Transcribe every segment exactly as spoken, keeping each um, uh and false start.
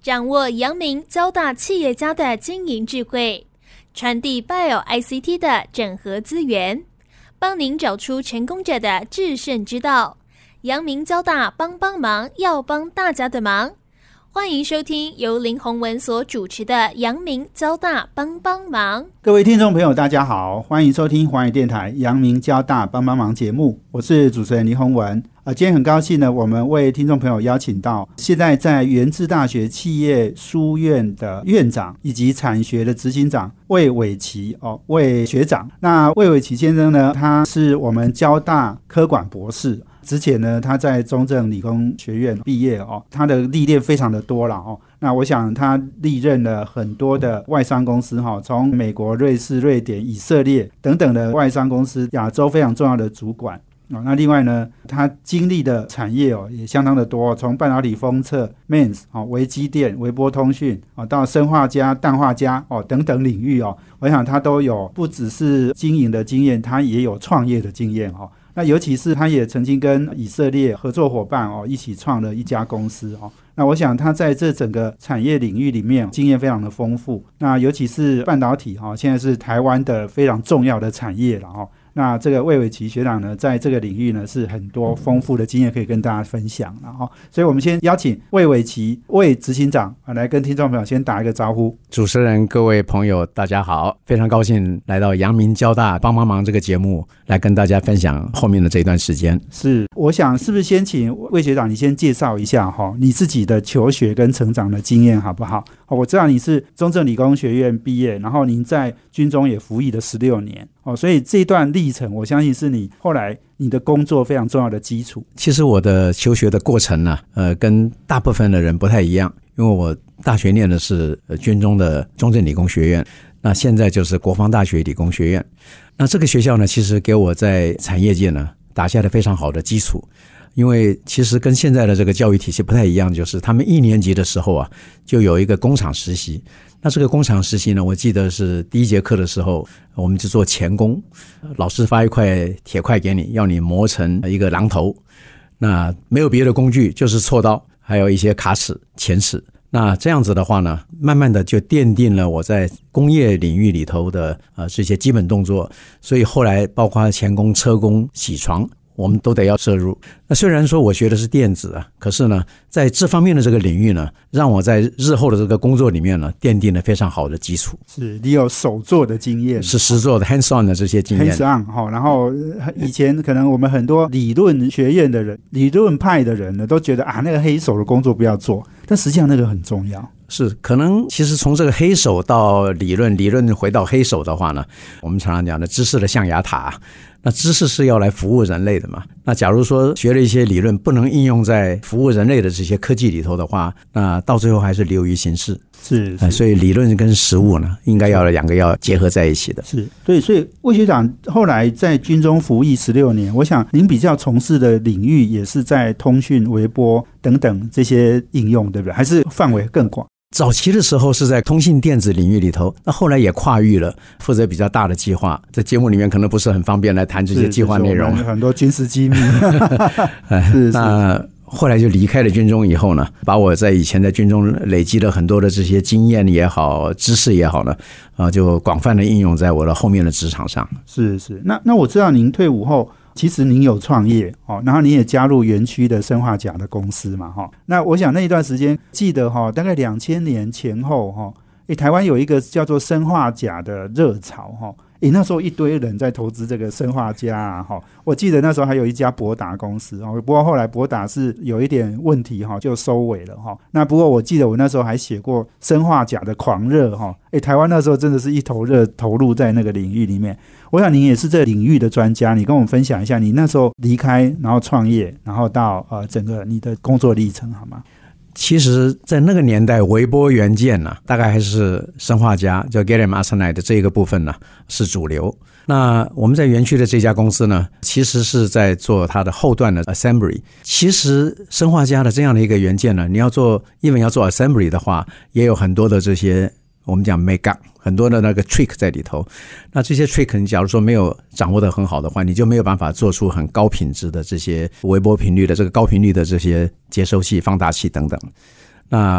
掌握阳明交大企业家的经营智慧，传递 Bio I C T 的整合资源，帮您找出成功者的制胜之道。阳明交大帮帮忙，要帮大家的忙。欢迎收听由林宏文所主持的阳明交大帮帮忙。 各位听众朋友大家好，欢迎收听华语电台阳明交大帮帮忙节目，我是主持人林宏文。呃，今天很高兴呢，我们为听众朋友邀请到现在在元智大学企业书院的院长以及产学的执行长魏伟琪哦，魏学长。那魏伟琪先生呢，他是我们交大科管博士。之前呢，他在中正理工学院毕业哦，他的历练非常的多了哦。那我想他历任了很多的外商公司哈，从美国、瑞士、瑞典、以色列等等的外商公司，亚洲非常重要的主管哦。那另外呢，他经历的产业哦也相当的多，从半导体封测、M A N S 哦、微机电、微波通讯哦，到生化家、氮化镓哦等等领域哦，我想他都有不只是经营的经验，他也有创业的经验哦。那尤其是他也曾经跟以色列合作伙伴哦一起创了一家公司哦。那我想他在这整个产业领域里面经验非常的丰富。那尤其是半导体哈、哦，现在是台湾的非常重要的产业了哦。那这个魏伟琪学长呢，在这个领域呢是很多丰富的经验可以跟大家分享了哈。所以我们先邀请魏伟琪魏执行长来跟听众朋友先打一个招呼。 主持人各位朋友大家好，非常高兴来到阳明交大帮帮忙这个节目，来跟大家分享后面的这一段时间。 是，我想是不是先请魏学长你先介绍一下哈你自己的求学跟成长的经验好不好？我知道你是中正理工学院毕业，然后您在军中也服役了十六年哦，所以这段历程我相信是你后来你的工作非常重要的基础。 其实我的求学的过程呢，呃，跟大部分的人不太一样，因为我大学念的是军中的中正理工学院，那现在就是国防大学理工学院。那这个学校呢，其实给我在产业界呢打下了非常好的基础。因为其实跟现在的这个教育体系不太一样，就是他们一年级的时候啊，就有一个工厂实习。那这个工厂实习呢，我记得是第一节课的时候，我们就做钳工，老师发一块铁块给你，要你磨成一个榔头。那没有别的工具，就是锉刀，还有一些卡尺、钳尺。那这样子的话呢，慢慢的就奠定了我在工业领域里头的呃这些基本动作。所以后来包括钳工、车工、铣床，我们都得要摄入。那虽然说我学的是电子啊，可是呢，在这方面的这个领域呢，让我在日后的这个工作里面呢，奠定了非常好的基础。 是，你有手做的经验， 是实做的 hands on 的这些经验。 hands on 哈，然后以前可能我们很多理论学院的人、理论派的人呢，都觉得啊，那个黑手的工作不要做，但实际上那个很重要。 是，可能其实从这个黑手到理论，理论回到黑手的话呢，我们常常讲的知识的象牙塔，那知识是要来服务人类的嘛。那假如说学了一些理论不能应用在服务人类的这些科技里头的话，那到最后还是流于形式。 是, 是、 呃、所以理论跟实务呢，应该要两个要结合在一起的。 是，对，所以魏学长后来在军中服役十六年，我想您比较从事的领域也是在通讯、微波等等这些应用，对不对？还是范围更广？ 早期的时候是在通信电子领域里头，那后来也跨域了，负责比较大的计划。在节目里面可能不是很方便来谈这些计划内容， 很多军事机密。 是是。那后来就离开了军中以后呢，把我在以前在军中累积了很多的这些经验也好、知识也好呢，啊，就广泛的应用在我的后面的职场上。 是是。那那我知道您退伍后，其实您有创业哦，然后你也加入园区的生化甲的公司嘛哈。那我想那一段时间，记得哈，大概两千年前后哈，诶，台湾有一个叫做生化甲的热潮哈。诶，那时候一堆人在投资这个生化家啊，哈，我记得那时候还有一家博达公司哦，不过后来博达是有一点问题哈，就收尾了哈。那不过我记得我那时候还写过生化甲的狂热哈，诶，台湾那时候真的是一头热投入在那个领域里面。我想您也是这领域的专家，你跟我们分享一下你那时候离开，然后创业，然后到呃整个你的工作历程好吗？ 其实在那个年代，微波元件呢、啊，大概还是生化家叫 gallium arsenide 的这个部分呢是主流。那我们在园区的这家公司呢，其实是在做它的后段的 assembly。其实生化家的这样的一个元件呢，你要做 even 要做 assembly 的话，也有很多的这些我们讲 make up， 很多的那个 trick 在里头。那这些 trick 你假如说没有掌握得很好的话，你就没有办法做出很高品质的这些微波频率的这个高频率的这些接收器、放大器等等。那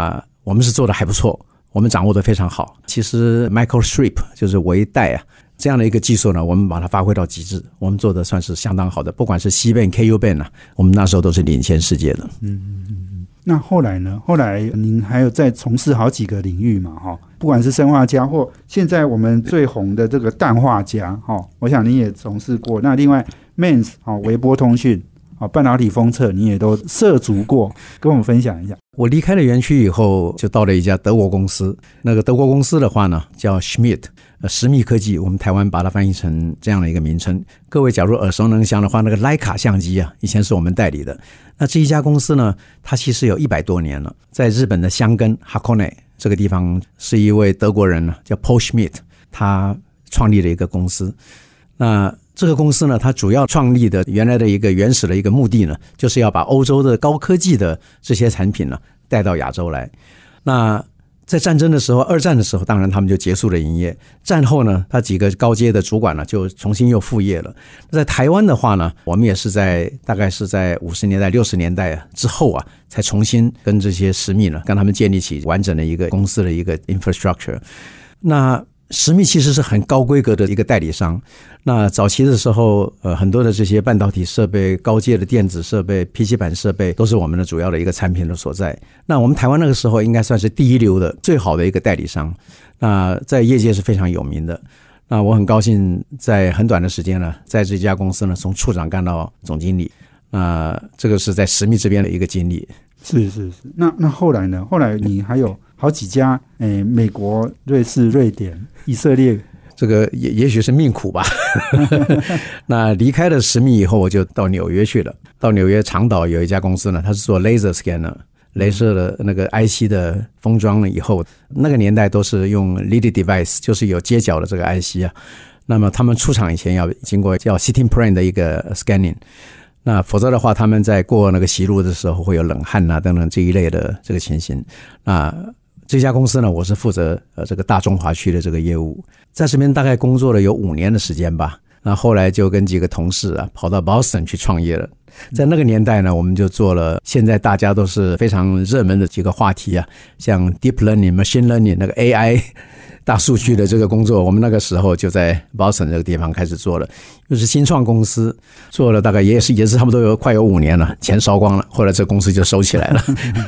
我们是做的还不错，我们掌握的非常好。其实 microstrip 就是微带啊，这样的一个技术呢，我们把它发挥到极致，我们做的算是相当好的。不管是 C-band、K U-band 啊，我们那时候都是领先世界的。 嗯嗯嗯。那后来呢？后来您还有在从事好几个领域嘛，哈，不管是生化家或现在我们最红的这个氮化镓，哈，我想您也从事过。那另外 M A N S 哦，微波通讯。哦，半导体封测你也都涉足过，跟我们分享一下。 我离开了园区以后，就到了一家德国公司。那个德国公司的话呢，叫 Schmidt， 呃，石密科技，我们台湾把它翻译成这样的一个名称。各位假如耳熟能详的话，那个徕卡相机啊，以前是我们代理的。那这一家公司呢，它其实有一百多年了，在日本的箱根 Hakone 这个地方，是一位德国人呢，叫 Paul Schmidt， 他创立了一个公司。那这个公司呢，它主要创立的原来的一个原始的一个目的呢，就是要把欧洲的高科技的这些产品呢带到亚洲来。那在战争的时候，二战的时候，当然他们就结束了营业。战后呢，他几个高阶的主管呢就重新又复业了。在台湾的话呢，我们也是在大概是在五十年代、六十年代之后啊，才重新跟这些石密呢，跟他们建立起完整的一个公司的一个 infrastructure。那石密其实是很高规格的一个代理商。那早期的时候，呃，很多的这些半导体设备、高阶的电子设备、P C 板设备，都是我们的主要的一个产品的所在。那我们台湾那个时候应该算是第一流的、最好的一个代理商。那在业界是非常有名的。那我很高兴在很短的时间呢，在这家公司呢，从处长干到总经理。那这个是在石密这边的一个经历。 是是是。那那后来呢？后来你还有好几家，诶，美国、瑞士、瑞典、以色列。 这个也也许是命苦吧。那离开了石密以后，我就到纽约去了。到纽约长岛有一家公司呢，它是做 laser scanner， 雷射的那个 I C 的封装了以后，那个年代都是用 lead device， 就是有接角的这个 I C 啊。那么他们出厂以前要经过叫 sitting plane 的一个 scanning。那否则的话，他们在过那个息路的时候会有冷汗啊等等这一类的这个情形。那这家公司呢，我是负责呃这个大中华区的这个业务，在这边大概工作了有五年的时间吧。那后来就跟几个同事啊跑到 Boston 去创业了。在那个年代呢，我们就做了现在大家都是非常热门的几个话题啊，像 Deep Learning、Machine Learning 那个 A I 大数据的这个工作，我们那个时候就在 Boston 这个地方开始做了，又是新创公司，做了大概也是也是差不多有快有五年了，钱烧光了，后来这公司就收起来了。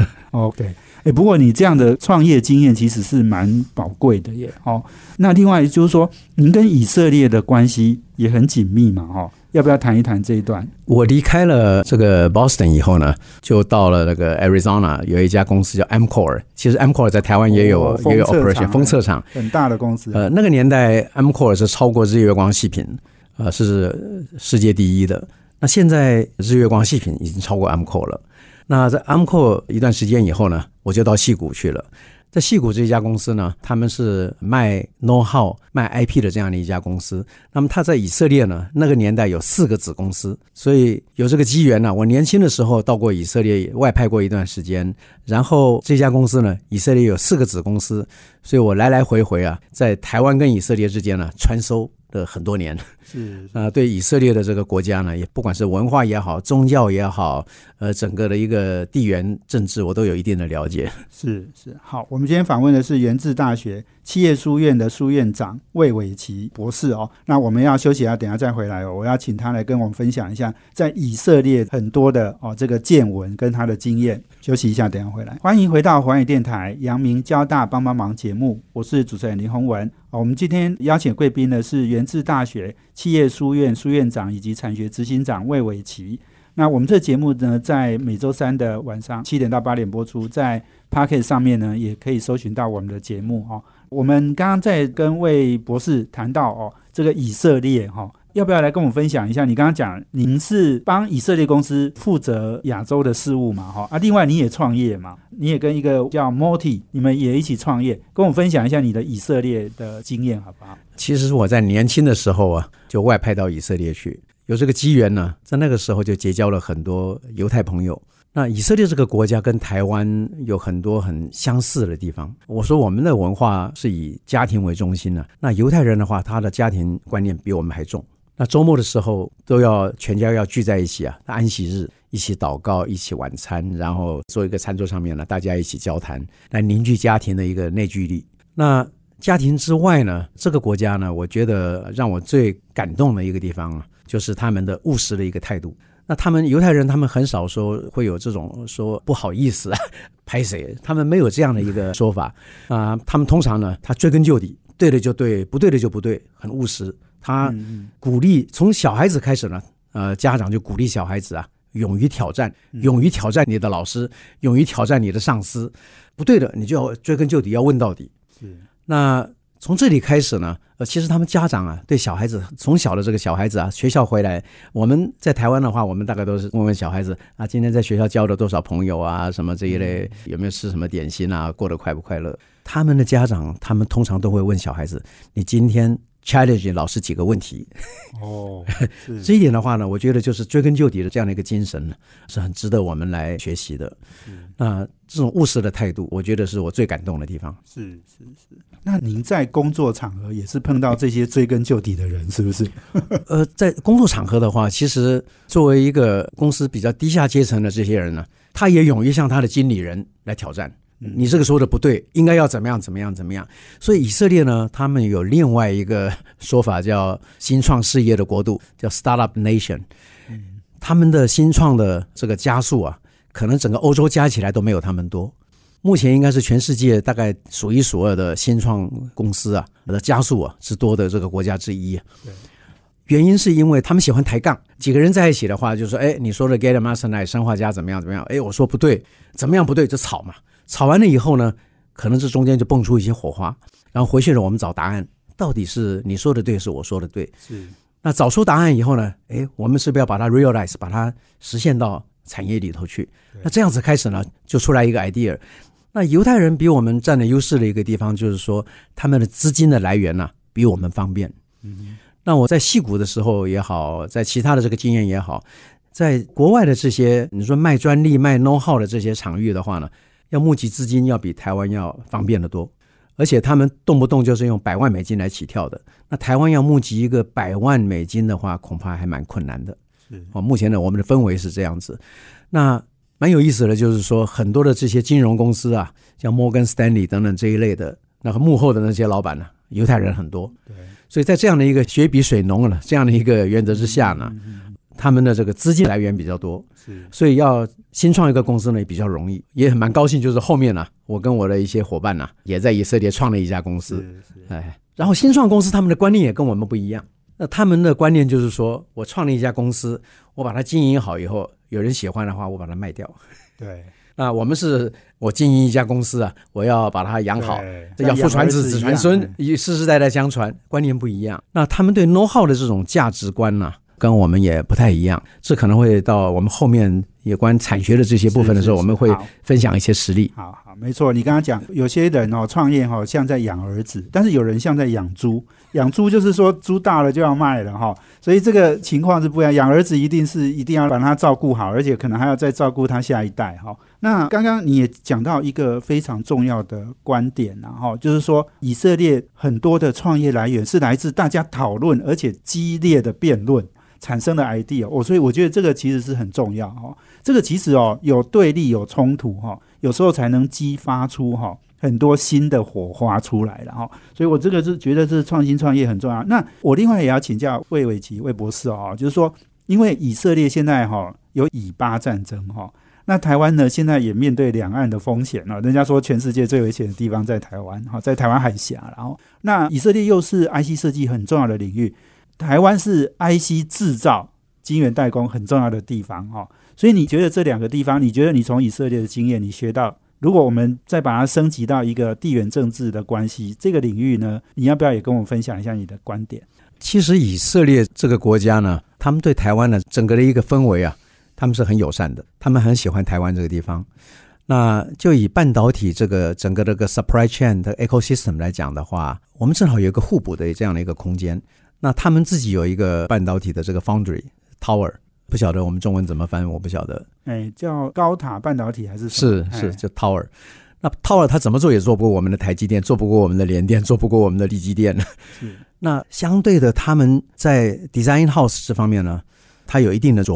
OK。欸、不过你这样的创业经验其实是蛮宝贵的耶、哦、那另外就是说您跟以色列的关系也很紧密嘛、哦、要不要谈一谈这一段？ 我离开了这个 Boston 以后呢，就到了那个 Arizona 有一家公司叫 Amkor。 其实 Amkor 在台湾也有、哦、也有 operation 封测厂， 很大的公司。 呃，那个年代 Amkor 是超过日月光细品，呃，是世界第一的。那现在日月光细品已经超过 Amkor 了。那在 Amkor 一段时间以后呢，我就到矽谷去了。在矽谷这家公司呢，他们是卖 know-how 卖 I P 的这样的一家公司。那么他在以色列呢，那个年代有四个子公司，所以有这个机缘呢，我年轻的时候到过以色列，外派过一段时间。然后这家公司呢，以色列有四个子公司，所以我来来回回啊，在台湾跟以色列之间呢穿梭了很多年。 是啊、呃，对以色列的这个国家呢，也不管是文化也好，宗教也好，呃，整个的一个地缘政治，我都有一定的了解。 是是，好，我们今天访问的是元智大学企业书院的书院长魏伟琪博士哦。那我们要休息一下，等一下再回来哦。我要请他来跟我们分享一下在以色列很多的哦这个见闻跟他的经验。休息一下，等一下回来。欢迎回到环宇电台阳明交大帮帮忙节目，我是主持人林宏文。我们今天邀请贵宾的是元智大学企业书院书院长以及产学执行长魏伟琪。那我们这个节目呢，在每周三的晚上七点到八点播出，在 Podcast 上面呢，也可以搜寻到我们的节目哦。我们刚刚在跟魏博士谈到哦，这个以色列哈、哦，要不要来跟我们分享一下？你刚刚讲您是帮以色列公司负责亚洲的事务嘛，哈啊，另外你也创业嘛，你也跟一个叫 Multi， 你们也一起创业，跟我们分享一下你的以色列的经验好不好？ 其实我在年轻的时候啊，就外派到以色列去。有这个机缘呢，在那个时候就结交了很多犹太朋友。那以色列这个国家跟台湾有很多很相似的地方。我说我们的文化是以家庭为中心的、啊，那犹太人的话，他的家庭观念比我们还重。那周末的时候都要全家要聚在一起啊，安息日一起祷告，一起晚餐，然后做一个餐桌上面呢，大家一起交谈，来凝聚家庭的一个内聚力。那家庭之外呢，这个国家呢，我觉得让我最感动的一个地方啊，就是他们的务实的一个态度。那他们犹太人，他们很少说会有这种说不好意思啊，拍谁，他们没有这样的一个说法啊、呃。他们通常呢，他追根究底，对的就对，不对的就不对，很务实。他鼓励从小孩子开始呢，呃，家长就鼓励小孩子啊，勇于挑战，勇于挑战你的老师，勇于挑战你的上司，不对的你就要追根究底，要问到底。是。那从这里开始呢，呃，其实他们家长啊，对小孩子从小的这个小孩子啊，学校回来，我们在台湾的话，我们大概都是问问小孩子啊，今天在学校交了多少朋友啊，什么这一类，有没有吃什么点心啊，过得快不快乐？他们的家长，他们通常都会问小孩子，你今天 challenge 老师几个问题。哦，这一点的话呢，我觉得就是追根究底的这样的一个精神呢，是很值得我们来学习的。那这种务实的态度，我觉得是我最感动的地方。 是是是。那您在工作场合也是碰到这些追根究底的人，是不是？ 呃，在工作场合的话，其实作为一个公司比较低下阶层的这些人呢，他也勇于向他的经理人来挑战。你这个说的不对，应该要怎么样怎么样怎么样。所以以色列呢，他们有另外一个说法叫新创事业的国度，叫 Startup Nation。他们的新创的这个加速啊，可能整个欧洲加起来都没有他们多。目前应该是全世界大概数一数二的新创公司啊的加速啊之多的这个国家之一。原因是因为他们喜欢抬杠，几个人在一起的话就说，哎，你说的 gallium arsenide 生化镓怎么样怎么样，哎，我说不对，怎么样不对就吵嘛。吵完了以后呢，可能这中间就蹦出一些火花，然后回去了我们找答案，到底是你说的对是我说的对。是。那找出答案以后呢，哎，我们是不是要把它 realize 把它实现到产业里头去？那这样子开始呢，就出来一个 idea。那犹太人比我们占了优势的一个地方，就是说他们的资金的来源呢、啊，比我们方便。嗯。那我在矽谷的时候也好，在其他的这个经验也好，在国外的这些你说卖专利卖 know how 的这些场域的话呢，要募集资金要比台湾要方便得多，而且他们动不动就是用百万美金来起跳的。那台湾要募集一个百万美金的话，恐怕还蛮困难的。是。哦，目前呢，我们的氛围是这样子。那蛮有意思的就是说，很多的这些金融公司啊，像摩根斯丹利等等这一类的，那个幕后的那些老板呢、啊，犹太人很多。对。所以在这样的一个血比水浓了这样的一个原则之下呢，嗯嗯嗯，他们的这个资金来源比较多，是，所以要新创一个公司呢也比较容易，也很蛮高兴。就是后面呢、啊，我跟我的一些伙伴呢、啊，也在以色列创了一家公司，哎，然后新创公司他们的观念也跟我们不一样。那他们的观念就是说，我创了一家公司，我把它经营好以后，有人喜欢的话，我把它卖掉。对。那我们是我经营一家公司啊，我要把它养好，这要父传子子传孙，世世代代相传，观念不一样。那他们对 know how 的这种价值观呢、啊，跟我们也不太一样。这可能会到我们后面有关产学的这些部分的时候，我们会分享一些实例。 好好，没错，你刚刚讲有些人哦创业哦像在养儿子，但是有人像在养猪。养猪就是说猪大了就要卖了哈，所以这个情况是不一样。养儿子一定是一定要把他照顾好，而且可能还要再照顾他下一代哈。那刚刚你也讲到一个非常重要的观点啊，就是说以色列很多的创业来源是来自大家讨论而且激烈的辩论产生的 idea 哦，所以我觉得这个其实是很重要哈。这个其实哦有对立有冲突哈，有时候才能激发出哈很多新的火花出来了哈，所以我这个是觉得这创新创业很重要。那我另外也要请教魏伟奇魏博士哦，就是说，因为以色列现在哈有以巴战争哈，那台湾呢现在也面对两岸的风险了。人家说全世界最危险的地方在台湾哈，在台湾海峡，然后那以色列又是 I C 设计很重要的领域，台湾是 I C 制造、晶圆代工很重要的地方哈，所以你觉得这两个地方，你觉得你从以色列的经验，你学到？如果我们再把它升级到一个地缘政治的关系这个领域呢，你要不要也跟我们分享一下你的观点？ 其实以色列这个国家呢，他们对台湾的整个的一个氛围啊，他们是很友善的，他们很喜欢台湾这个地方。那就以半导体这个整个这个 supply chain 的 ecosystem 来讲的话，我们正好有一个互补的这样的一个空间。那他们自己有一个半导体的这个 foundry tower，不晓得我们中文怎么翻，我不晓得。 哎，叫高塔半导体还是什么？是是，叫 Tower。那 Tower 它怎么做也做不过我们的台积电，做不过我们的联电，做不过我们的力积电。那相对的，他们在 Design House 这方面呢，它有一定的琢磨。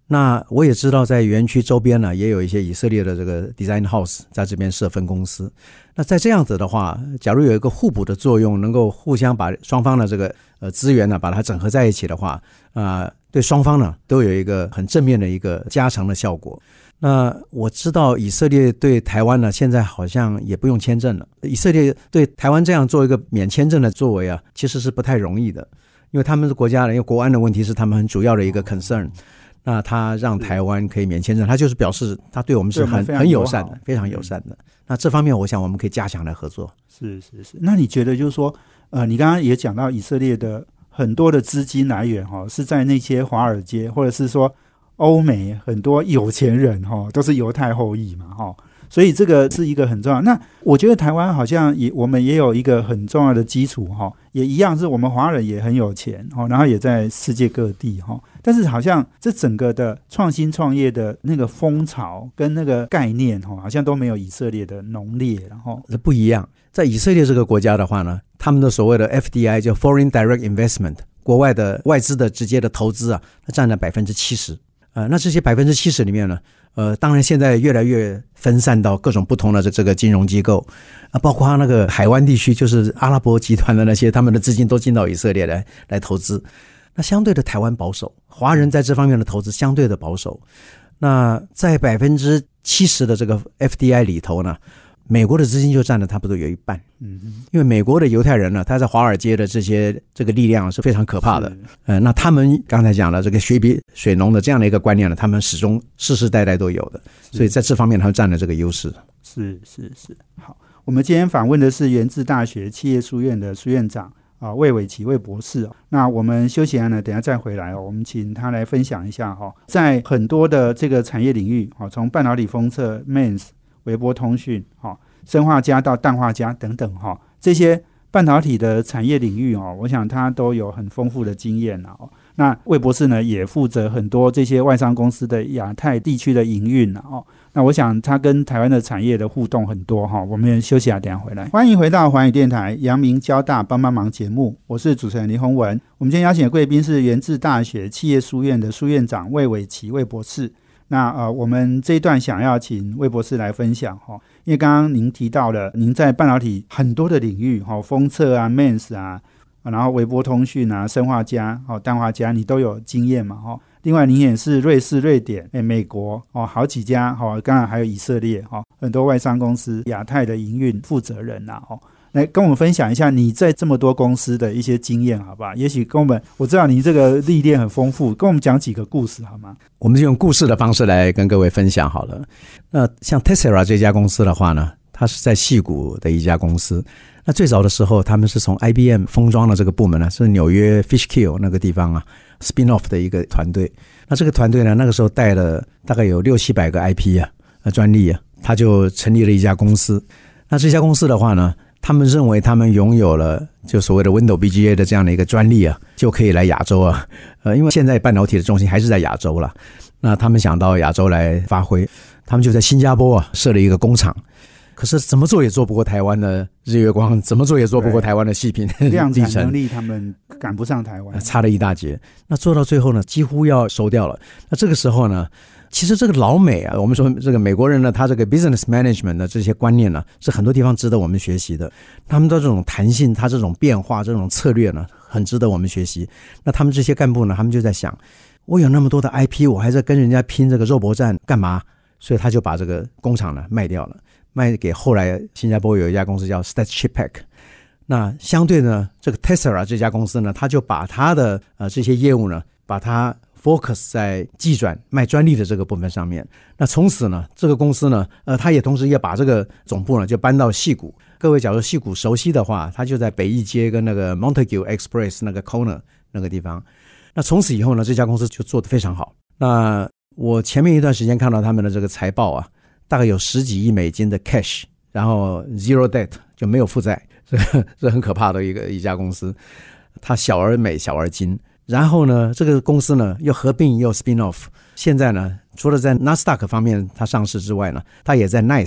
那我也知道在园区周边呢也有一些以色列的这个 design house 在这边设分公司。那在这样子的话，假如有一个互补的作用，能够互相把双方的这个呃资源呢把它整合在一起的话啊、呃，对双方呢都有一个很正面的一个加成的效果。那我知道以色列对台湾呢现在好像也不用签证了，以色列对台湾这样做一个免签证的作为啊，其实是不太容易的，因为他们的国家因为国安的问题是他们很主要的一个 concern。那他让台湾可以免签证，他就是表示他对我们是很很友善的，非常友善的。那这方面我想我们可以加强来合作。 是是是。那你觉得就是说呃，你刚刚也讲到以色列的很多的资金来源、哦、是在那些华尔街或者是说欧美很多有钱人、哦、都是犹太后裔嘛、哦，所以这个是一个很重要。那我觉得台湾好像也我们也有一个很重要的基础、哦、也一样是我们华人也很有钱、哦、然后也在世界各地、哦，但是好像这整个的创新创业的那个风潮跟那个概念、哦、好像都没有以色列的浓烈，然后不一样。在以色列这个国家的话呢，他们的所谓的 F D I 叫 Foreign Direct Investment， 国外的外资的直接的投资啊，它占了百分之七十。呃，那这些百分之七十里面呢，呃，当然现在越来越分散到各种不同的这这个金融机构啊，包括那个海湾地区，就是阿拉伯集团的那些，他们的资金都进到以色列来来投资。那相对的台湾保守，华人在这方面的投资相对的保守。那在百分之七十的这个 F D I 里头呢，美国的资金就占了差不多有一半。嗯，因为美国的犹太人呢，他在华尔街的这些这个力量是非常可怕的。呃，那他们刚才讲了这个学比水农的这样的一个观念呢，他们始终世世代代都有的，所以在这方面他们占了这个优势。 是是是。好，我们今天访问的是元智大学企业书院的书院长啊，魏伟奇魏博士。那我们休息完了，等一下再回来哦。我们请他来分享一下哈，在很多的这个产业领域，从半导体封测、M E M S、微波通讯、砷化镓到氮化镓等等哈，这些半导体的产业领域哦，我想他都有很丰富的经验啊。那魏博士呢，也负责很多这些外商公司的亚太地区的营运啊。那我想他跟台湾的产业的互动很多哈。我们休息啊，等一下回来。欢迎回到环宇电台阳明交大帮帮忙节目，我是主持人林宏文。我们今天邀请的贵宾是元智大学企业书院的书院长魏伟奇魏博士。那呃，我们这一段想要请魏博士来分享哈，因为刚刚您提到了您在半导体很多的领域哈，封测啊、M E M S 啊，然后微波通讯啊、砷化镓、哦、氮化镓，你都有经验嘛哈。另外，您也是瑞士、瑞典、诶美国哦，好几家哈，当然还有以色列哈，很多外商公司亚太的营运负责人呐哈。来跟我们分享一下你在这么多公司的一些经验好不好？也许跟我们，我知道你这个历练很丰富，跟我们讲几个故事好吗？ 我们就用故事的方式来跟各位分享好了。那像 Tessera 这家公司的话呢，它是在矽谷的一家公司。那最早的时候他们是从 I B M 封装的这个部门呢，是纽约 Fishkill 那个地方啊 spin off 的一个团队。那这个团队呢，那个时候带了大概有六七百个 I P 啊专利啊，他就成立了一家公司。那这家公司的话呢，他们认为他们拥有了就所谓的 Windows B G A 的这样的一个专利啊，就可以来亚洲啊。呃，因为现在半导体的中心还是在亚洲啦，那他们想到亚洲来发挥，他们就在新加坡啊设了一个工厂。可是怎么做也做不过台湾的日月光，怎么做也做不过台湾的矽品， 量产能力他们赶不上台湾， 差了一大截。那做到最后呢，几乎要收掉了。那这个时候呢，其实这个老美啊，我们说这个美国人呢，他这个 business management 的这些观念呢，是很多地方值得我们学习的。他们的这种弹性，他这种变化，这种策略呢，很值得我们学习。那他们这些干部呢，他们就在想，我有那么多的 I P， 我还在跟人家拼这个肉搏战干嘛？所以他就把这个工厂呢卖掉了，卖给后来新加坡有一家公司叫 StatChipPak。那相对呢，这个 Tessera 这家公司呢，他就把他的呃这些业务呢，把它 focus 在技转卖专利的这个部分上面。那从此呢，这个公司呢，呃，他也同时也把这个总部呢就搬到矽谷。各位假如矽谷熟悉的话，它就在北一街跟那个 Montague Express 那个 corner 那个地方。那从此以后呢，这家公司就做得非常好。那我前面一段时间看到他们的这个财报啊，大概有十几亿美金的 cash， 然后 zero debt 就没有负债，这这很可怕的一个一家公司。它小而美，小而精。然后呢，这个公司呢又合并又 spin off。现在呢，除了在 Nasdaq 方面它上市之外呢，它也在 N Y S E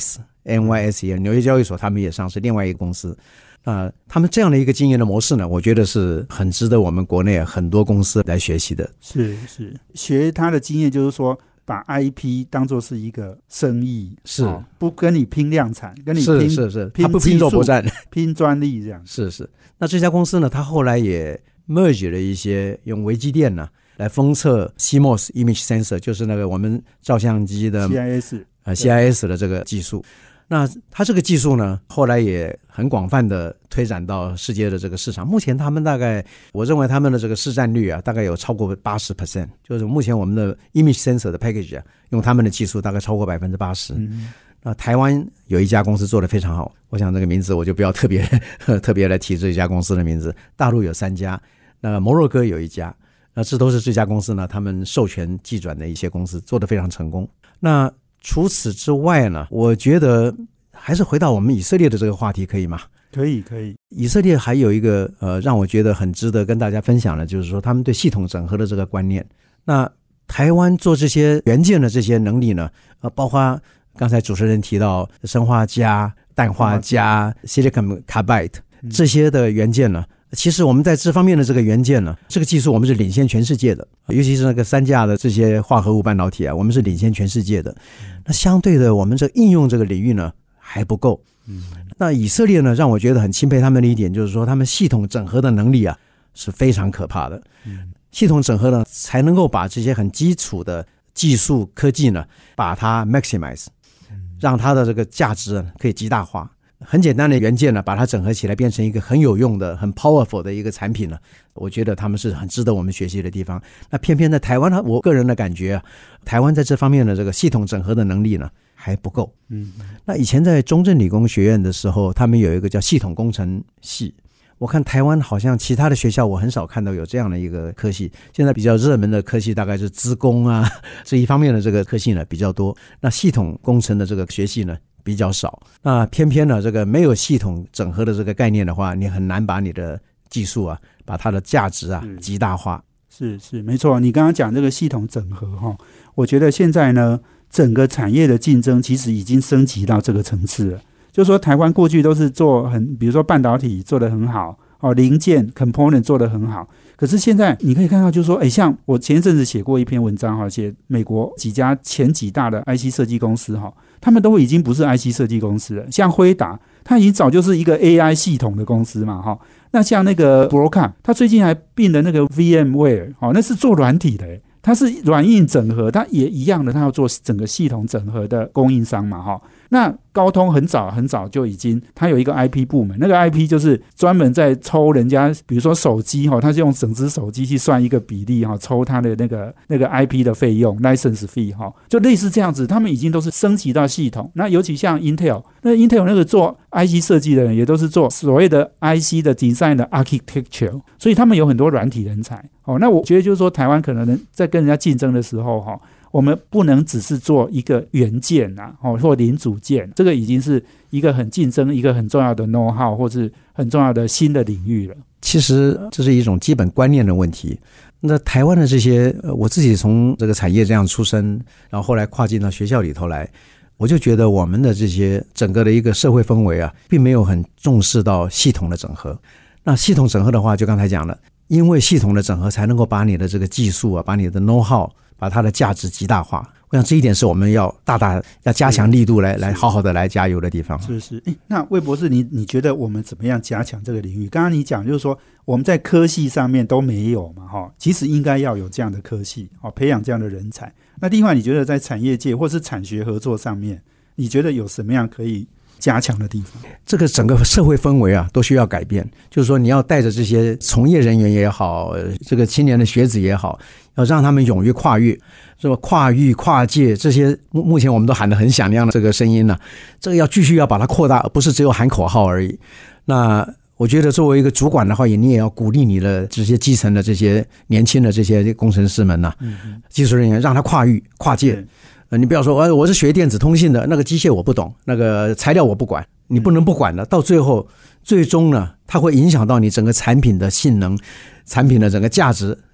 N Y S E 纽约交易所他们也上市，另外一个公司。那他们这样的一个经营的模式呢，我觉得是很值得我们国内很多公司来学习的。 是是，学他的经验就是说，把 I P 当作是一个生意， 是、 哦、不跟你拼量产，跟你拼拼是是是， 拼他不拼肉搏战， 拼专利这样。 是是。那这家公司呢，他后来也 merge 了一些用微机电呢来封测 C M O S image sensor， 就是那个我们照相机的 C I S 呃 C I S 的这个技术。那它这个技术呢，后来也很广泛的推展到世界的这个市场。目前他们大概，我认为他们的这个市占率啊，大概有超过 百分之八十， 就是目前我们的 image sensor 的 package 啊，用他们的技术大概超过 百分之八十。嗯，那台湾有一家公司做得非常好，我想这个名字我就不要特别特别来提这家公司的名字。大陆有三家，那摩洛哥有一家，那这都是这家公司呢，他们授权技转的一些公司，做得非常成功。那除此之外呢，我觉得还是回到我们以色列的这个话题，可以吗？ 可以可以。 以色列还有一个呃，让我觉得很值得跟大家分享的，就是说他们对系统整合的这个观念。那台湾做这些元件的这些能力呢，呃，包括刚才主持人提到砷化镓、氮化镓、silicon carbide 这些的元件呢，其实我们在这方面的这个元件呢，这个技术我们是领先全世界的，尤其是那个三价的这些化合物半导体啊，我们是领先全世界的。那相对的，我们这应用这个领域呢还不够。那以色列呢，让我觉得很钦佩他们的一点就是说，他们系统整合的能力啊是非常可怕的。系统整合呢，才能够把这些很基础的技术科技呢，把它 maximize， 让它的这个价值可以极大化。很简单的元件呢，把它整合起来变成一个很有用的、很 powerful 的一个产品呢，我觉得他们是很值得我们学习的地方。那偏偏在台湾呢，我个人的感觉啊，台湾在这方面的这个系统整合的能力呢还不够。嗯，那以前在中正理工学院的时候，他们有一个叫系统工程系。我看台湾好像其他的学校我很少看到有这样的一个科系，现在比较热门的科系大概是资工啊这一方面的这个科系呢比较多，那系统工程的这个学系呢比较少。那偏偏呢这个没有系统整合的这个概念的话，你很难把你的技术啊把它的价值啊极大化。 是是没错，你刚刚讲这个系统整合齁，我觉得现在呢整个产业的竞争其实已经升级到这个层次了。就是说台湾过去都是做很，比如说半导体做得很好，哦，零件 component 做得很好，可是现在你可以看到就是说，诶，像我前一阵子写过一篇文章哈，写美国几家前几大的 I C 设计公司哈，他们都已经不是 I C 设计公司了。像辉达，它已经早就是一个 A I 系统的公司嘛哈。那像那个 Broadcom， 它最近还并了那个 VMware， 哦，那是做软体的诶。它是软硬整合，它也一样的，它要做整个系统整合的供应商嘛哈。那高通很早很早就已经，它有一个 I P 部门，那个 I P 就是专门在抽人家，比如说手机哈，它是用整只手机去算一个比例哈，抽它的那个那个 I P 的费用 license fee 哈，就类似这样子，他们已经都是升级到系统。那尤其像 Intel， 那 Intel 那个做 I C 设计的人也都是做所谓的 I C 的 design 的 architecture， 所以他们有很多软体人才哦。那我觉得就是说，台湾可能在跟人家竞争的时候哈，我们不能只是做一个元件啊，或零组件，这个已经是一个很竞争、一个很重要的 know how 或是很重要的新的领域了。 其实这是一种基本观念的问题。那台湾的这些，我自己从这个产业这样出身，然后后来跨进到学校里头来，我就觉得我们的这些整个的一个社会氛围啊，并没有很重视到系统的整合。那系统整合的话，就刚才讲了，因为系统的整合才能够把你的这个技术啊，把你的 know how，把它的价值极大化。我想这一点是我们要大大要加强力度来来好好的来加油的地方。 是是。那魏博士，你你觉得我们怎么样加强这个领域？刚刚你讲就是说我们在科系上面都没有嘛哈，其实应该要有这样的科系，培养这样的人才。那另外你觉得在产业界或是产学合作上面，你觉得有什么样可以加强的地方？这个整个社会氛围啊都需要改变，就是说你要带着这些从业人员也好，这个青年的学子也好，要让他们勇于跨越，是吧？跨域跨界这些目前我们都喊得很响亮的这个声音呢、啊，这个要继续要把它扩大，不是只有喊口号而已。那我觉得作为一个主管的话，也你也要鼓励你的这些基层的这些年轻的这些工程师们呐、啊嗯，技术人员，让他跨域跨界。呃，你不要说，哎，我是学电子通信的，那个机械我不懂，那个材料我不管，你不能不管的。到最后，最终呢，它会影响到你整个产品的性能、产品的整个价值，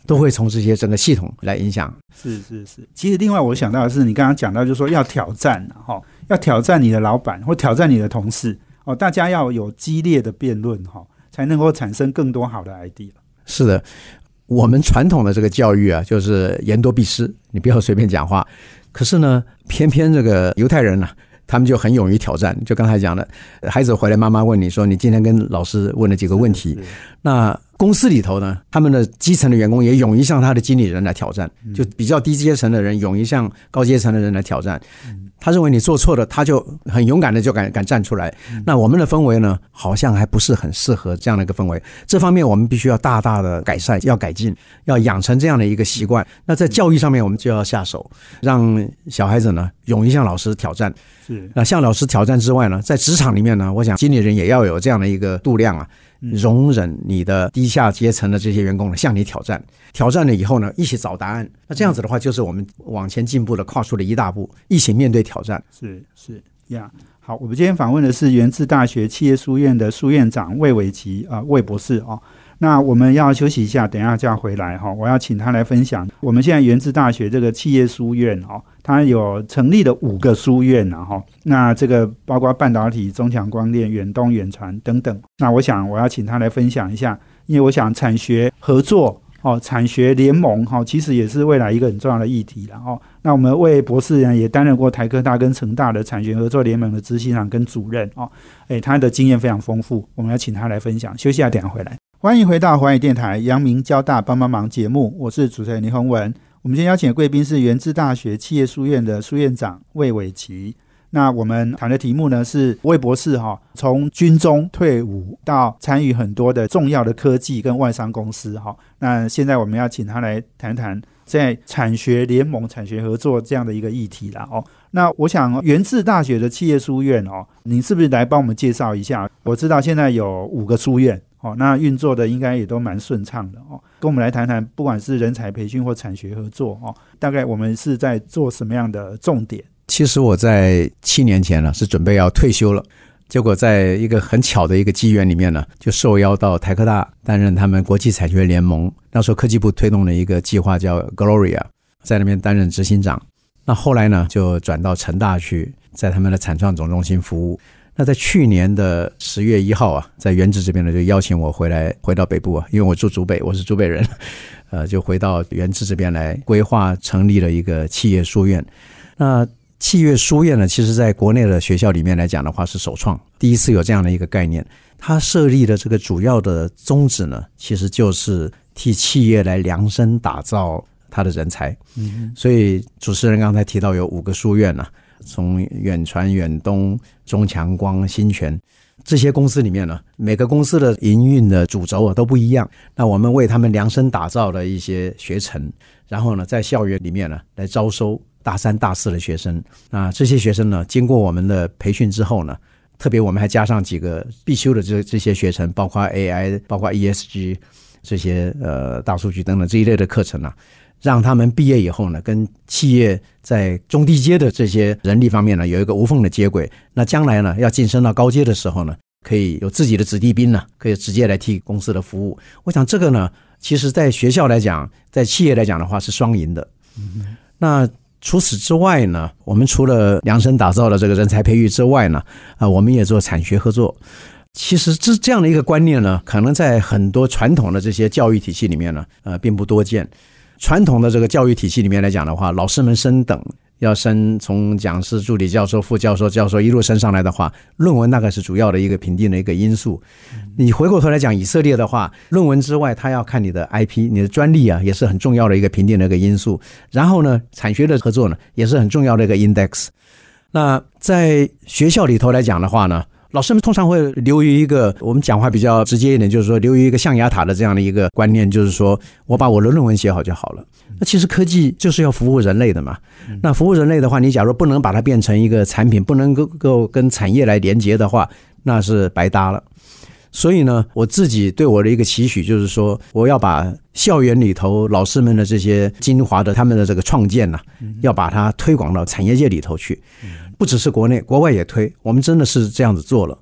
都会从这些整个系统来影响。 是是是，其实另外我想到的是，你刚刚讲到就是说要挑战、啊、要挑战你的老板或挑战你的同事、哦、大家要有激烈的辩论、哦、才能够产生更多好的 idea。 是的，我们传统的这个教育啊，就是言多必失，你不要随便讲话。可是呢，偏偏这个犹太人呢、啊，他们就很勇于挑战。就刚才讲的，孩子回来，妈妈问你说，你今天跟老师问了几个问题？那公司里头呢，他们的基层的员工也勇于向他的经理人来挑战，就比较低阶层的人勇于向高阶层的人来挑战。他认为你做错了，他就很勇敢的就敢敢站出来。那我们的氛围呢，好像还不是很适合这样的一个氛围。这方面我们必须要大大的改善，要改进，要养成这样的一个习惯。那在教育上面，我们就要下手，让小孩子呢勇于向老师挑战。是，那向老师挑战之外呢，在职场里面呢，我想经理人也要有这样的一个度量啊，容忍你的低下阶层的这些员工呢向你挑战，挑战了以后呢，一起找答案。那这样子的话，就是我们往前进步的跨出了一大步，一起面对挑战。 是是呀， yeah. 好，我们今天访问的是元智大学企业书院的书院长魏伟琪啊、呃，魏博士哦。那我们要休息一下，等一下就要回来哈、哦。我要请他来分享我们现在元智大学这个企业书院哦，它有成立了五个书院啊哈。那这个包括半导体、中强光电、远东、远传等等。那我想我要请他来分享一下，因为我想产学合作哦，产学联盟哈、哦，其实也是未来一个很重要的议题了哦。那我们魏博士呢也担任过台科大跟成大的产学合作联盟的执行长跟主任哦，诶，他的经验非常丰富，我们要请他来分享。休息一下，等一下回来。欢迎回到寰宇电台阳明交大帮帮忙节目，我是主持人林宏文。我们今天邀请的贵宾是元智大学企业书院的书院长魏伟琪。那我们谈的题目呢是魏博士哈、哦，从军中退伍到参与很多的重要的科技跟外商公司哈、哦。那现在我们要请他来谈谈在产学联盟、产学合作这样的一个议题啦哦。那我想元智大学的企业书院哦，你是不是来帮我们介绍一下？我知道现在有五个书院。哦，那运作的应该也都蛮顺畅的哦。跟我们来谈谈，不管是人才培训或产学合作哦，大概我们是在做什么样的重点？ 其实我在七年前呢是准备要退休了，结果在一个很巧的一个机缘里面呢，就受邀到台科大担任他们国际产学联盟，那时候科技部推动的一个计划叫 Gloria， 在那边担任执行长。那后来呢就转到成大去，在他们的产创总中心服务。那在去年的十月一号啊，在元智这边呢，就邀请我回来，回到北部啊，因为我住竹北，我是竹北人，呃，就回到元智这边来规划成立了一个企业书院。那企业书院呢，其实在国内的学校里面来讲的话是首创，第一次有这样的一个概念。它设立的这个主要的宗旨呢，其实就是替企业来量身打造它的人才。嗯，所以主持人刚才提到有五个书院啊，从远传、远东、中强光、新全这些公司里面呢，每个公司的营运的主轴啊都不一样。那我们为他们量身打造了一些学程，然后呢，在校园里面呢来招收大三、大四的学生。那这些学生呢，经过我们的培训之后呢，特别我们还加上几个必修的这这些学程，包括 A I、包括 E S G 这些呃大数据等等这一类的课程啊。让他们毕业以后呢，跟企业在中低阶的这些人力方面呢，有一个无缝的接轨。那将来呢，要晋升到高阶的时候呢，可以有自己的子弟兵呢，可以直接来替公司的服务。我想这个呢，其实在学校来讲，在企业来讲的话是双赢的。嗯、那除此之外呢，我们除了量身打造的这个人才培育之外呢，啊，我们也做产学合作。其实这这样的一个观念呢，可能在很多传统的这些教育体系里面呢，呃，并不多见。传统的这个教育体系里面来讲的话，老师们升等要升从讲师、助理教授、副教授、教授一路升上来的话，论文大概是主要的一个评定的一个因素。你回过头来讲以色列的话，论文之外他要看你的 I P、 你的专利啊，也是很重要的一个评定的一个因素。然后呢，产学的合作呢，也是很重要的一个 index。 那在学校里头来讲的话呢，老师们通常会流于一个，我们讲话比较直接一点，就是说流于一个象牙塔的这样的一个观念，就是说我把我的论文写好就好了。那其实科技就是要服务人类的嘛。那服务人类的话，你假如不能把它变成一个产品，不能够跟产业来连接的话，那是白搭了。所以呢，我自己对我的一个期许就是说，我要把校园里头老师们的这些精华的他们的这个创建啊，要把它推广到产业界里头去。不只是国内，国外也推，我们真的是这样子做了。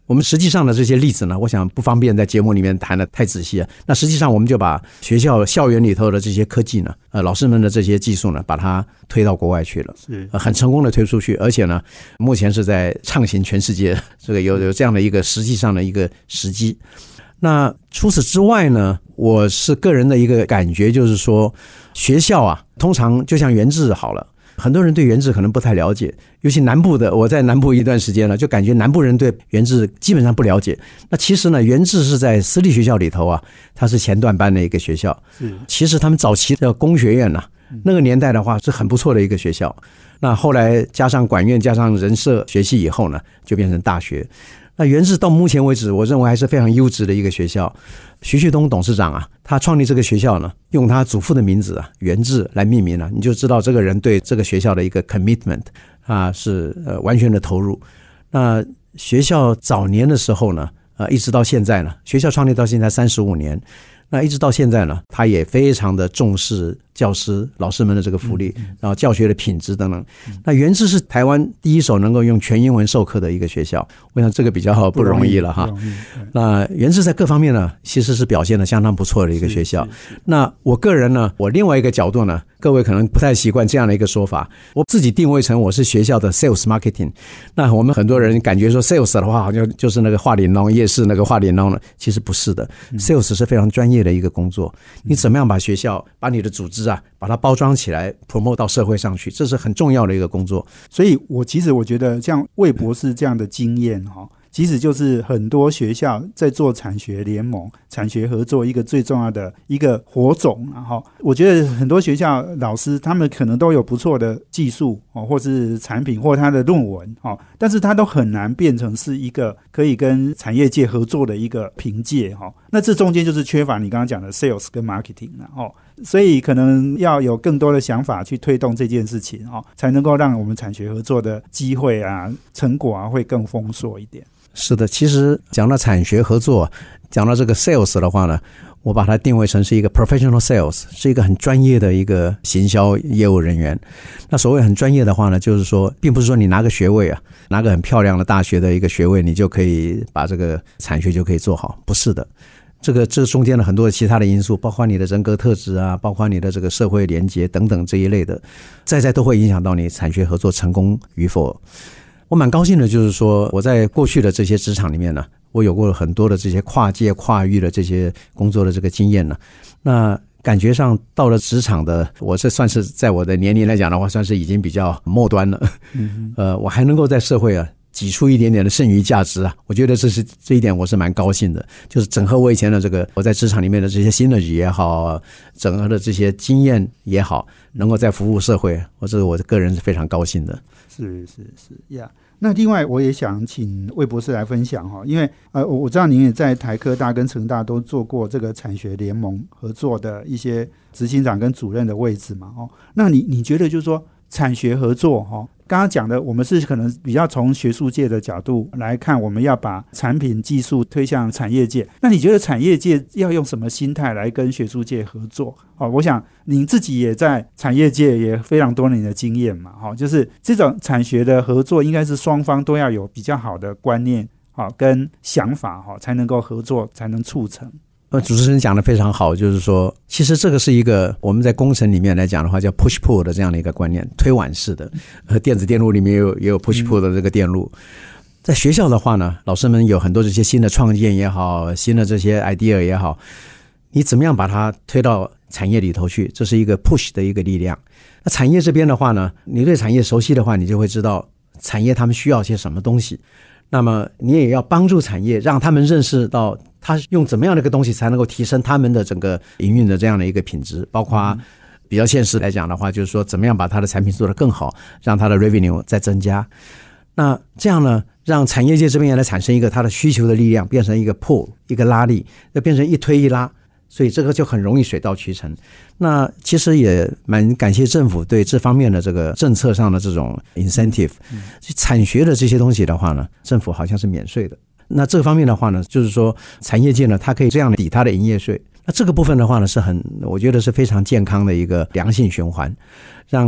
我们实际上的这些例子呢，我想不方便在节目里面谈的太仔细啊。那实际上我们就把学校校园里头的这些科技呢，呃，老师们的这些技术呢，把它推到国外去了， 是、 呃、很成功的推出去，而且呢，目前是在畅行全世界，这个有有这样的一个实际上的一个时机。那除此之外呢，我是个人的一个感觉就是说，学校啊，通常就像园志好了。很多人对园志可能不太了解，尤其南部的，我在南部一段时间了，就感觉南部人对园志基本上不了解。那其实呢，园志是在私立学校里头啊，它是前段班的一个学校。 是， 其实他们早期的工学院啊，那个年代的话是很不错的一个学校。那后来加上管院，加上人社学系以后呢，就变成大学。那园志到目前为止，我认为还是非常优质的一个学校。徐旭东董事长啊，他创立这个学校呢，用他祖父的名字啊，园志来命名了，你就知道这个人对这个学校的一个 commitment 啊，是呃完全的投入。那学校早年的时候呢，呃，一直到现在呢，学校创立到现在三十五年。那一直到现在呢，他也非常的重视教师老师们的这个福利，然后教学的品质等等。那园志是台湾第一所能够用全英文授课的一个学校，我想这个比较不容易了哈。那园志在各方面呢，其实是表现得相当不错的一个学校。那我个人呢，我另外一个角度呢，各位可能不太习惯这样的一个说法，我自己定位成我是学校的 sales marketing。那我们很多人感觉说 sales 的话，好像就是那个华林弄夜市那个华林弄了，其实不是的。sales 是非常专业的一个工作，你怎么样把学校把你的组织啊把它包装起来 promote 到社会上去，这是很重要的一个工作。 所以我其实我觉得像魏博士这样的经验哈，其实就是很多学校在做产学联盟、产学合作一个最重要的一个火种。然后我觉得很多学校老师他们可能都有不错的技术或是产品或他的论文，但是他都很难变成是一个可以跟产业界合作的一个凭借。那这中间就是缺乏你刚刚讲的 sales 跟 marketing， 所以可能要有更多的想法去推动这件事情，才能够让我们产学合作的机会啊、成果啊会更丰硕一点。 是的，其实讲到产学合作，讲到这个 sales 的话呢，我把它定位成是一个 professional sales， 是一个很专业的一个行销业务人员。那所谓很专业的话呢，就是说并不是说你拿个学位啊，拿个很漂亮的大学的一个学位，你就可以把这个产学就可以做好，不是的。这个这中间的很多其他的因素，包括你的人格特质啊，包括你的这个社会连结等等这一类的，再再都会影响到你产学合作成功与否。我蛮高兴的就是说，我在过去的这些职场里面呢，我有过很多的这些跨界跨域的这些工作的这个经验呢。那感觉上到了职场的，我这算是在我的年龄来讲的话，算是已经比较末端了。嗯、呃，我还能够在社会啊挤出一点点的剩余价值啊，我觉得这是这一点我是蛮高兴的。就是整合我以前的这个我在职场里面的这些synergy也好，整合的这些经验也好，能够在服务社会，我这个我个人是非常高兴的。 是是是呀。Yeah.那另外我也想请魏博士来分享哈，因为呃我知道您也在台科大跟成大都做过这个产学联盟合作的一些执行长跟主任的位置嘛，哦，那你你觉得就是说产学合作哈，刚刚讲的我们是可能比较从学术界的角度来看，我们要把产品技术推向产业界，那你觉得产业界要用什么心态来跟学术界合作？哦，我想您自己也在产业界也非常多年的经验嘛，哦，就是这种产学的合作应该是双方都要有比较好的观念，哦，跟想法，哦，才能够合作，才能促成。 呃，主持人讲得非常好，就是说其实这个是一个我们在工程里面来讲的话叫 push pull 的这样的一个观念，推挽式的。呃，电子电路里面也有也有 push pull 的这个电路。在学校的话呢，老师们有很多这些新的创建也好，新的这些 idea 也好，你怎么样把它推到产业里头去，这是一个 push 的一个力量。那产业这边的话呢，你对产业熟悉的话，你就会知道产业他们需要些什么东西，那么你也要帮助产业，让他们认识到他用怎么样的一个东西才能够提升他们的整个营运的这样的一个品质，包括比较现实来讲的话，就是说怎么样把他的产品做得更好，让他的 revenue 再增加。那这样呢，让产业界这边来产生一个他的需求的力量，变成一个 pull 一个拉力，要变成一推一拉，所以这个就很容易水到渠成。那其实也蛮感谢政府对这方面的这个政策上的这种 incentive，嗯，产学的这些东西的话呢，政府好像是免税的。那这个方面的话呢，就是说产业界呢，它可以这样抵它的营业税。那这个部分的话呢，是很我觉得是非常健康的一个良性循环，让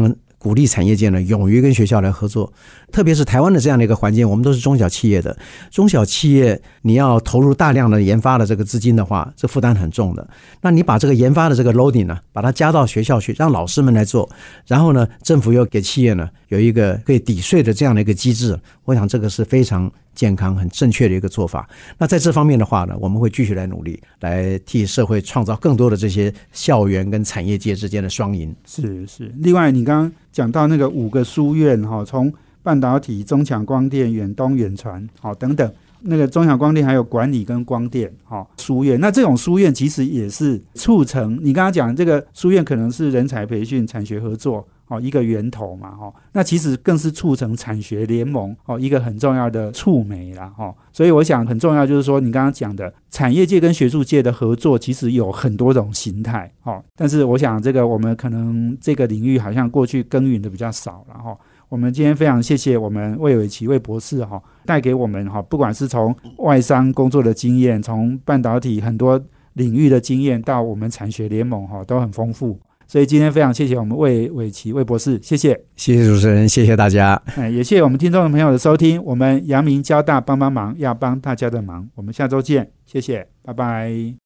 鼓励产业界呢勇于跟学校来合作，特别是台湾的这样的一个环境，我们都是中小企业的，中小企业你要投入大量的研发的这个资金的话，这负担很重的。那你把这个研发的这个 loading 呢，把它加到学校去，让老师们来做，然后呢，政府又给企业呢有一个可以抵税的这样的一个机制，我想这个是非常健康、很正确的一个做法。那在这方面的话呢，我们会继续来努力，来替社会创造更多的这些校园跟产业界之间的双赢。 是是。另外，你刚刚讲到那个五个书院哈，从半导体、中强光电、远东、远传好等等，那个中强光电还有管理跟光电好书院，那这种书院其实也是促成你刚刚讲这个书院可能是人才培训、产学合作一个源头嘛，那其实更是促成产学联盟一个很重要的触媒啦。所以我想很重要就是说你刚刚讲的产业界跟学术界的合作其实有很多种形态，但是我想这个我们可能这个领域好像过去耕耘的比较少了。我们今天非常谢谢我们魏伟琪魏博士带给我们不管是从外商工作的经验，从半导体很多领域的经验到我们产学联盟都很丰富，所以今天非常谢谢我们魏伟琪魏博士，谢谢。 谢谢主持人，谢谢大家。 也谢谢我们听众朋友的收听，我们阳明交大帮帮忙，要帮大家的忙，我们下周见，谢谢，拜拜。